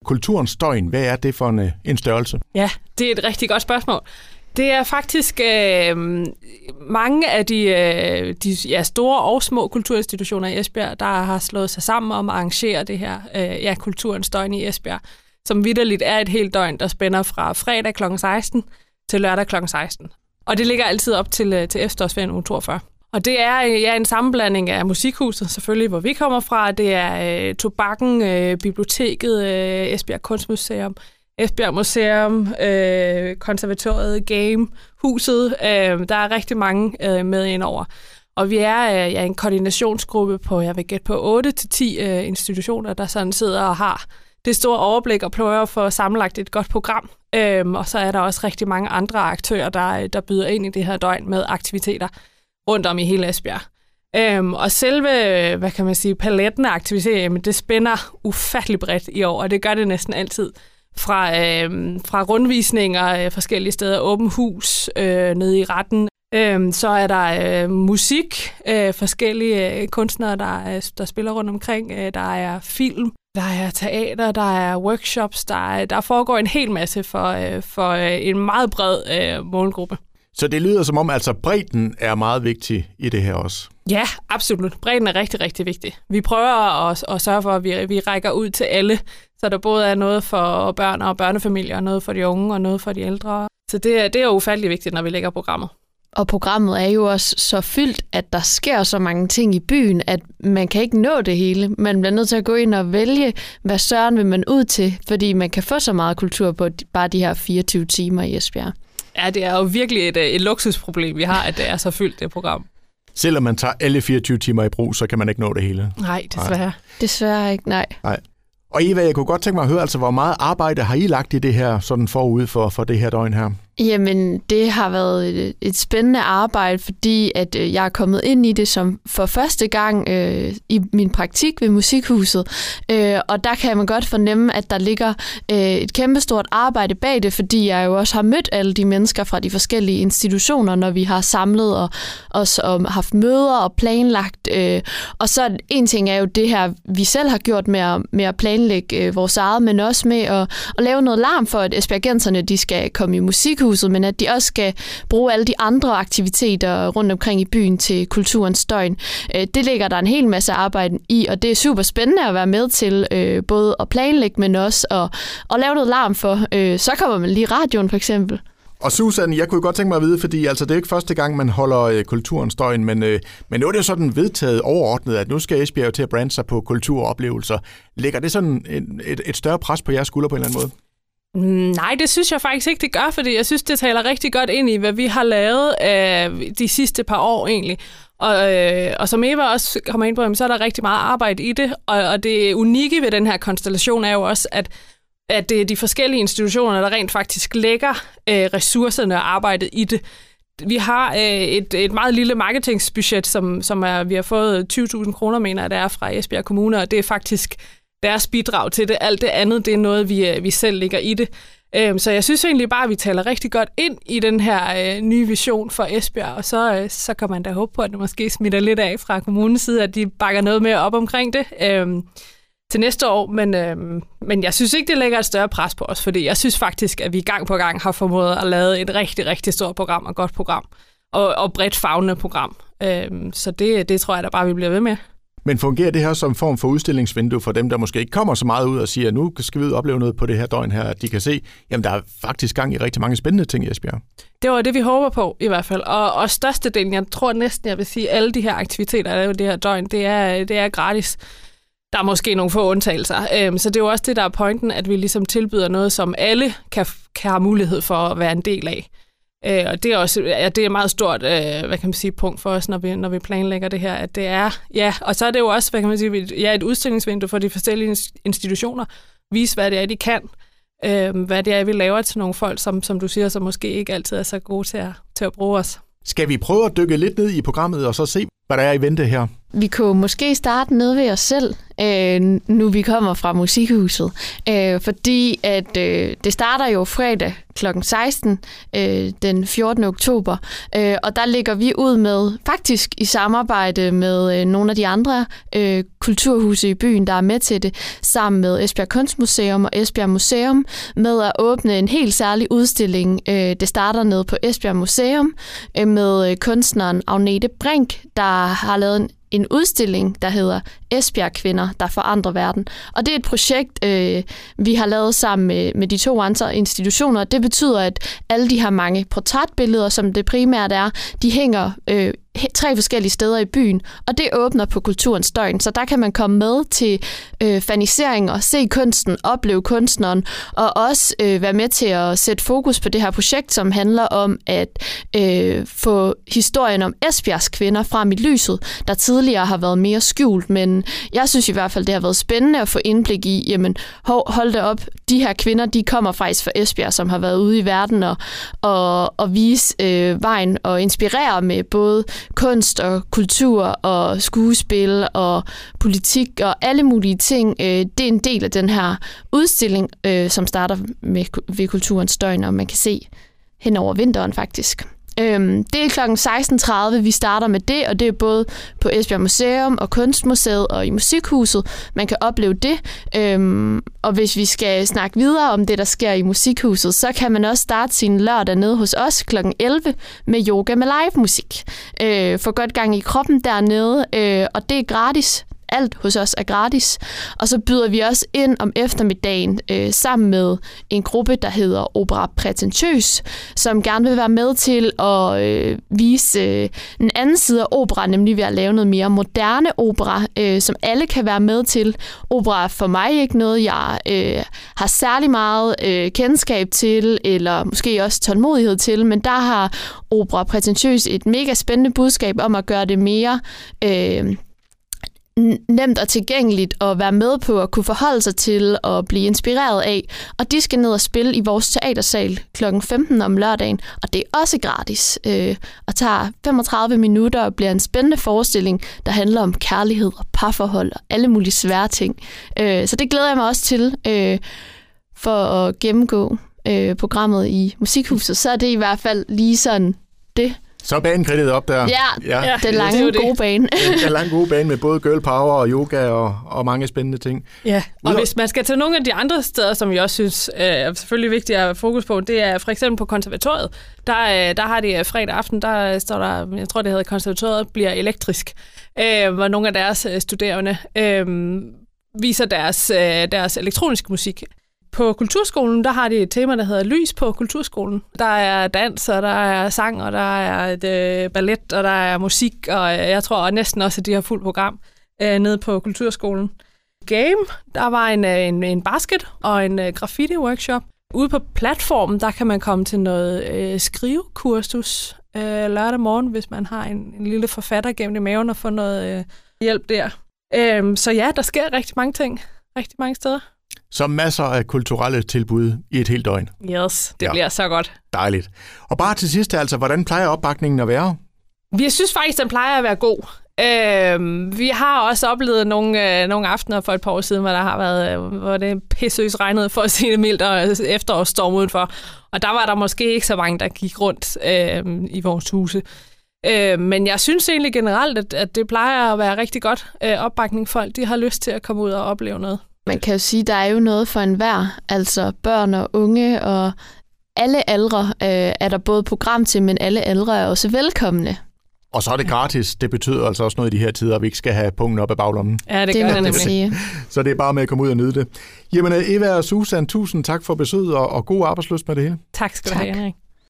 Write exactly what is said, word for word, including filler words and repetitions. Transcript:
kulturens døgn, hvad er det for en, en størrelse? Ja, det er et rigtig godt spørgsmål. Det er faktisk øh, mange af de, øh, de ja, store og små kulturinstitutioner i Esbjerg, der har slået sig sammen om at arrangere det her øh, ja, kulturens døgn i Esbjerg, som vitterligt er et helt døgn, der spænder fra fredag klokken seksten til lørdag klokken seksten. Og det ligger altid op til, til efterårsferien uge toogfyrre. Og det er ja, en sammenblanding af Musikhuset, selvfølgelig, hvor vi kommer fra. Det er øh, Tobakken, øh, Biblioteket, øh, Esbjerg Kunstmuseum, Esbjerg Museum, øh, Konservatoriet, Game, Huset. Øh, der er rigtig mange øh, med indover. Og vi er øh, ja, en koordinationsgruppe på, jeg vil gætte på otte til ti øh, institutioner, der sådan sidder og har det store overblik og prøver at få sammenlagt et godt program. Øhm, og så er der også rigtig mange andre aktører, der, der byder ind i det her døgn med aktiviteter rundt om i hele Esbjerg. Øhm, og selve, hvad kan man sige, paletten af aktiviteter, jamen, det spænder ufattelig bredt i år, og det gør det næsten altid. Fra, øhm, fra rundvisninger øh, forskellige steder, åben hus øh, nede i retten. Øhm, så er der øh, musik, øh, forskellige øh, kunstnere, der, der spiller rundt omkring. Øh, der er film, der er teater, der er workshops, der, er, der foregår en hel masse for, øh, for øh, en meget bred øh, målgruppe. Så det lyder som om, altså bredden er meget vigtig i det her også? Ja, absolut. Bredden er rigtig, rigtig vigtig. Vi prøver at, at sørge for, at vi, vi rækker ud til alle, så der både er noget for børn og børnefamilier, noget for de unge og noget for de ældre. Så det, det er ufattelig vigtigt, når vi lægger programmet. Og programmet er jo også så fyldt, at der sker så mange ting i byen, at man kan ikke nå det hele. Man bliver nødt til at gå ind og vælge, hvad søren vil man ud til, fordi man kan få så meget kultur på bare de her fireogtyve timer i Esbjerg. Ja, det er jo virkelig et, et luksusproblem, vi har, at det er så fyldt, det program. Selvom man tager alle fireogtyve timer i brug, så kan man ikke nå det hele. Nej, desværre. Nej. Desværre ikke, nej. Nej. Og Eva, jeg kunne godt tænke mig at høre, altså, hvor meget arbejde har I lagt i det her, sådan forud for, for det her døgn her? Jamen, det har været et, et spændende arbejde, fordi at øh, jeg er kommet ind i det som for første gang øh, i min praktik ved Musikhuset. Øh, og der kan man godt fornemme, at der ligger øh, et kæmpestort arbejde bag det, fordi jeg jo også har mødt alle de mennesker fra de forskellige institutioner, når vi har samlet og, os, og haft møder og planlagt. Øh, og så en ting er jo det her, vi selv har gjort med at, med at planlægge øh, vores eget, men også med at, at lave noget larm for, at esbjergenserne de skal komme i Musikhuset, men at de også skal bruge alle de andre aktiviteter rundt omkring i byen til kulturens døgn. Det ligger der en hel masse arbejde i, og det er super spændende at være med til både at planlægge, men også at, at lave noget larm for. Så kommer man lige i radioen for eksempel. Og Susan, jeg kunne godt tænke mig at vide, fordi altså, det er ikke første gang, man holder øh, kulturens døgn, men, øh, men nu er det jo sådan vedtaget overordnet, at nu skal Esbjerg jo til at brande sig på kulturoplevelser. Lægger det sådan et, et, et større pres på jeres skulder på en eller anden måde? Nej, det synes jeg faktisk ikke, det gør, fordi jeg synes, det taler rigtig godt ind i, hvad vi har lavet øh, de sidste par år egentlig. Og, øh, og som Eva også kommer ind på, så er der rigtig meget arbejde i det, og, og det unikke ved den her konstellation er jo også, at, at det er de forskellige institutioner, der rent faktisk lægger øh, ressourcerne og arbejdet i det. Vi har øh, et, et meget lille marketingsbudget, som, som er, vi har fået tyve tusind kroner, mener jeg, det er fra Esbjerg Kommune, og det er faktisk deres bidrag til det. Alt det andet, det er noget, vi, vi selv lægger i det. Øhm, så jeg synes egentlig bare, at vi taler rigtig godt ind i den her øh, nye vision for Esbjerg, og så, øh, så kan man da håbe på, at det måske smitter lidt af fra kommunens side, at de bakker noget mere op omkring det øhm, til næste år. Men, øhm, men jeg synes ikke, det lægger et større pres på os, fordi jeg synes faktisk, at vi gang på gang har formået at lave et rigtig, rigtig stort program og godt program, og, og bredt favnende program. Øhm, så det, det tror jeg da bare, vi bliver ved med. Men fungerer det her som en form for udstillingsvindue for dem, der måske ikke kommer så meget ud og siger, at nu skal vi ud og opleve noget på det her døgn her, at de kan se, jamen der er faktisk gang i rigtig mange spændende ting i Esbjerg. Det var det, vi håber på i hvert fald. Og, og størstedelen, jeg tror næsten, jeg vil sige, alle de her aktiviteter, der er det her døgn, det er, det er gratis. Der er måske nogle få undtagelser. Så det er jo også det, der er pointen, at vi ligesom tilbyder noget, som alle kan, kan have mulighed for at være en del af. Øh, og det er også ja, det er et meget stort øh, hvad kan man sige, punkt for os, når vi, når vi planlægger det her, at det er, ja, og så er det jo også, hvad kan man sige, ja, et udstillingsvindue for de forskellige institutioner, vise, hvad det er, de kan, øh, hvad det er, vi laver til nogle folk, som, som du siger, som måske ikke altid er så gode til at, til at bruge os. Skal vi prøve at dykke lidt ned i programmet, og så se, hvad der er i vente her? Vi kunne måske starte nede ved os selv, øh, nu vi kommer fra Musikhuset, øh, fordi at øh, det starter jo fredag klokken seksten øh, den fjortende oktober, øh, og der ligger vi ud med, faktisk i samarbejde med øh, nogle af de andre øh, kulturhuse i byen, der er med til det, sammen med Esbjerg Kunstmuseum og Esbjerg Museum, med at åbne en helt særlig udstilling. Øh, det starter nede på Esbjerg Museum øh, med øh, kunstneren Agnete Brink, der har lavet en en udstilling, der hedder Esbjerg Kvinder, der forandrer verden. Og det er et projekt, øh, vi har lavet sammen med, med de to andre institutioner. Det betyder, at alle de her mange portrætbilleder, som det primært er, de hænger øh, tre forskellige steder i byen, og det åbner på Kulturens Døgn. Så der kan man komme med til øh, fanisering og se kunsten, opleve kunstneren, og også øh, være med til at sætte fokus på det her projekt, som handler om at øh, få historien om Esbjergs kvinder frem i lyset, der tidligere har været mere skjult, men jeg synes i hvert fald, det har været spændende at få indblik i, jamen hold da op, de her kvinder, de kommer faktisk fra Esbjerg, som har været ude i verden og, og, og vise øh, vejen og inspirere med både kunst og kultur og skuespil og politik og alle mulige ting. Det er en del af den her udstilling, som starter med, ved Kulturens Døgn, og man kan se hen over vinteren faktisk. Det er klokken seksten tredive, vi starter med det, og det er både på Esbjerg Museum og Kunstmuseet og i Musikhuset. Man kan opleve det, og hvis vi skal snakke videre om det, der sker i Musikhuset, så kan man også starte sin lørdag nede hos os klokken elleve med yoga med live musik. Få godt gang i kroppen dernede, og det er gratis. Alt hos os er gratis. Og så byder vi også ind om eftermiddagen øh, sammen med en gruppe, der hedder Opera Prætentiøs, som gerne vil være med til at øh, vise øh, en anden side af opera, nemlig ved at lave noget mere moderne opera, øh, som alle kan være med til. Opera er for mig ikke noget, jeg øh, har særlig meget øh, kendskab til, eller måske også tålmodighed til, men der har Opera Prætentiøs et mega spændende budskab om at gøre det mere Øh, nemt og tilgængeligt at være med på at kunne forholde sig til og blive inspireret af. Og de skal ned og spille i vores teatersal klokken femten om lørdagen, og det er også gratis. Øh, og tager femogtredive minutter og bliver en spændende forestilling, der handler om kærlighed og parforhold og alle mulige svære ting. Øh, så det glæder jeg mig også til øh, for at gennemgå øh, programmet i Musikhuset. Så er det i hvert fald lige sådan det. Så er banen kridtet op der. Ja, ja. Den lange, det det. gode bane. Den lange, gode bane med både girl power og yoga og, og mange spændende ting. Ja, og hvis man skal til nogle af de andre steder, som jeg også synes er selvfølgelig vigtigt at have fokus på, det er for eksempel på konservatoriet. Der, der har de fredag aften, der står der, jeg tror det hedder, konservatoriet bliver elektrisk, øh, hvor nogle af deres studerende øh, viser deres, deres elektroniske musik. På kulturskolen, der har de et tema, der hedder Lys på kulturskolen. Der er dans, og der er sang, og der er et, øh, ballet, og der er musik, og jeg tror næsten også, at de har fuldt program øh, nede på kulturskolen. Game, der var en, en, en basket og en øh, graffiti-workshop. Ude på platformen, der kan man komme til noget øh, skrivekursus øh, lørdag morgen, hvis man har en, en lille forfatter gennem i maven og får noget øh, hjælp der. Øh, så ja, der sker rigtig mange ting, rigtig mange steder. Så masser af kulturelle tilbud i et helt døgn. Yes, det ja. bliver så godt. Dejligt. Og bare til sidst altså, hvordan plejer opbakningen at være? Vi synes faktisk, den plejer at være god. Øh, vi har også oplevet nogle, øh, nogle aftener for et par år siden, hvor der har været, øh, hvor det pissøs regnede for at sige det mildt, og efterårsstorm udenfor. Og der var der måske ikke så mange, der gik rundt øh, i vores huse. Øh, men jeg synes egentlig generelt, at, at det plejer at være rigtig godt øh, opbakning. Folk de har lyst til at komme ud og opleve noget. Man kan jo sige, at der er jo noget for enhver, altså børn og unge og alle aldre øh, er der både program til, men alle aldre er også velkomne. Og så er det gratis. Det betyder altså også noget i de her tider, at vi ikke skal have pungen op af baglommen. Ja, det, det gør det nemlig. Sige. Så det er bare med at komme ud og nyde det. Jamen Eva og Susan, tusind tak for besøget og, og god arbejdslyst med det hele. Tak skal du have, Henrik.